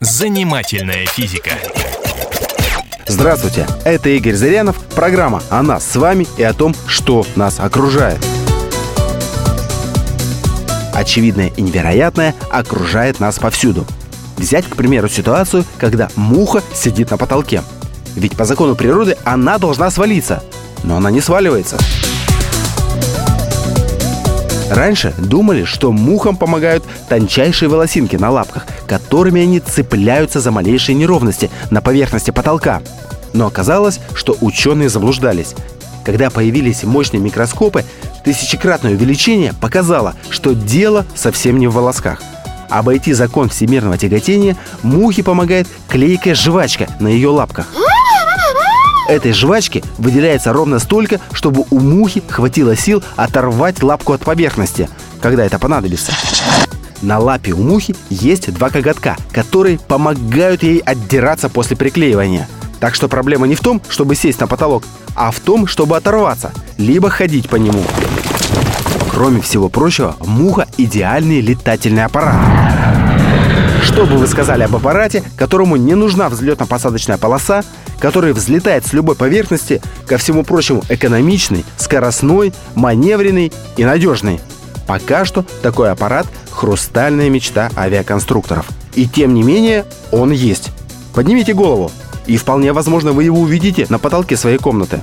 Занимательная физика. Здравствуйте, это Игорь Зырянов, программа о нас с вами и о том, что нас окружает. Очевидное и невероятное окружает нас повсюду. Взять, к примеру, ситуацию, когда муха сидит на потолке. Ведь по закону природы она должна свалиться, но она не сваливается. Раньше думали, что мухам помогают тончайшие волосинки на лапках, которыми они цепляются за малейшие неровности на поверхности потолка. Но оказалось, что ученые заблуждались. Когда появились мощные микроскопы, тысячекратное увеличение показало, что дело совсем не в волосках. Обойти закон всемирного тяготения мухе помогает клейкая жвачка на ее лапках. Этой жвачки выделяется ровно столько, чтобы у мухи хватило сил оторвать лапку от поверхности, когда это понадобится. На лапе у мухи есть два коготка, которые помогают ей отдираться после приклеивания. Так что проблема не в том, чтобы сесть на потолок, а в том, чтобы оторваться, либо ходить по нему. Кроме всего прочего, муха – идеальный летательный аппарат. Что бы вы сказали об аппарате, которому не нужна взлетно-посадочная полоса, который взлетает с любой поверхности, ко всему прочему экономичный, скоростной, маневренный и надежный? Пока что такой аппарат – хрустальная мечта авиаконструкторов. И тем не менее он есть. Поднимите голову, и вполне возможно вы его увидите на потолке своей комнаты.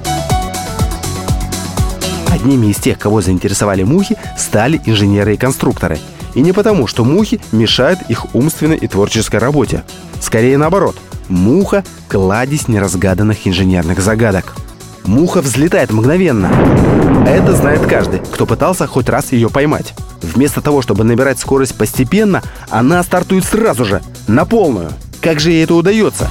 Одними из тех, кого заинтересовали мухи, стали инженеры и конструкторы. И не потому, что мухи мешают их умственной и творческой работе. Скорее наоборот. Муха – кладезь неразгаданных инженерных загадок. Муха взлетает мгновенно. Это знает каждый, кто пытался хоть раз ее поймать. Вместо того, чтобы набирать скорость постепенно, она стартует сразу же, на полную. Как же ей это удается?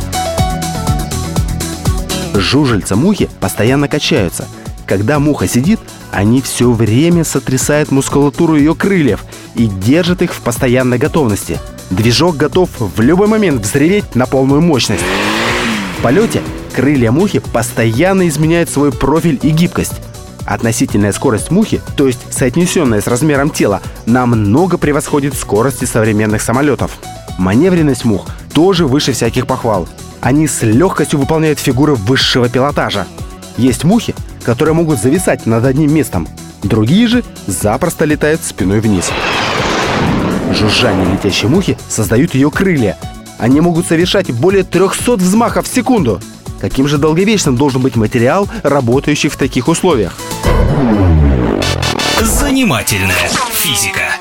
Жужельца мухи постоянно качаются. Когда муха сидит, они все время сотрясают мускулатуру ее крыльев и держат их в постоянной готовности. Движок готов в любой момент взреветь на полную мощность. В полете крылья мухи постоянно изменяют свой профиль и гибкость. Относительная скорость мухи, то есть соотнесенная с размером тела, намного превосходит скорости современных самолетов. Маневренность мух тоже выше всяких похвал. Они с легкостью выполняют фигуры высшего пилотажа. Есть мухи, которые могут зависать над одним местом. Другие же запросто летают спиной вниз. Жужжание летящей мухи создают ее крылья. Они могут совершать более 300 взмахов в секунду. Каким же долговечным должен быть материал, работающий в таких условиях? Занимательная физика.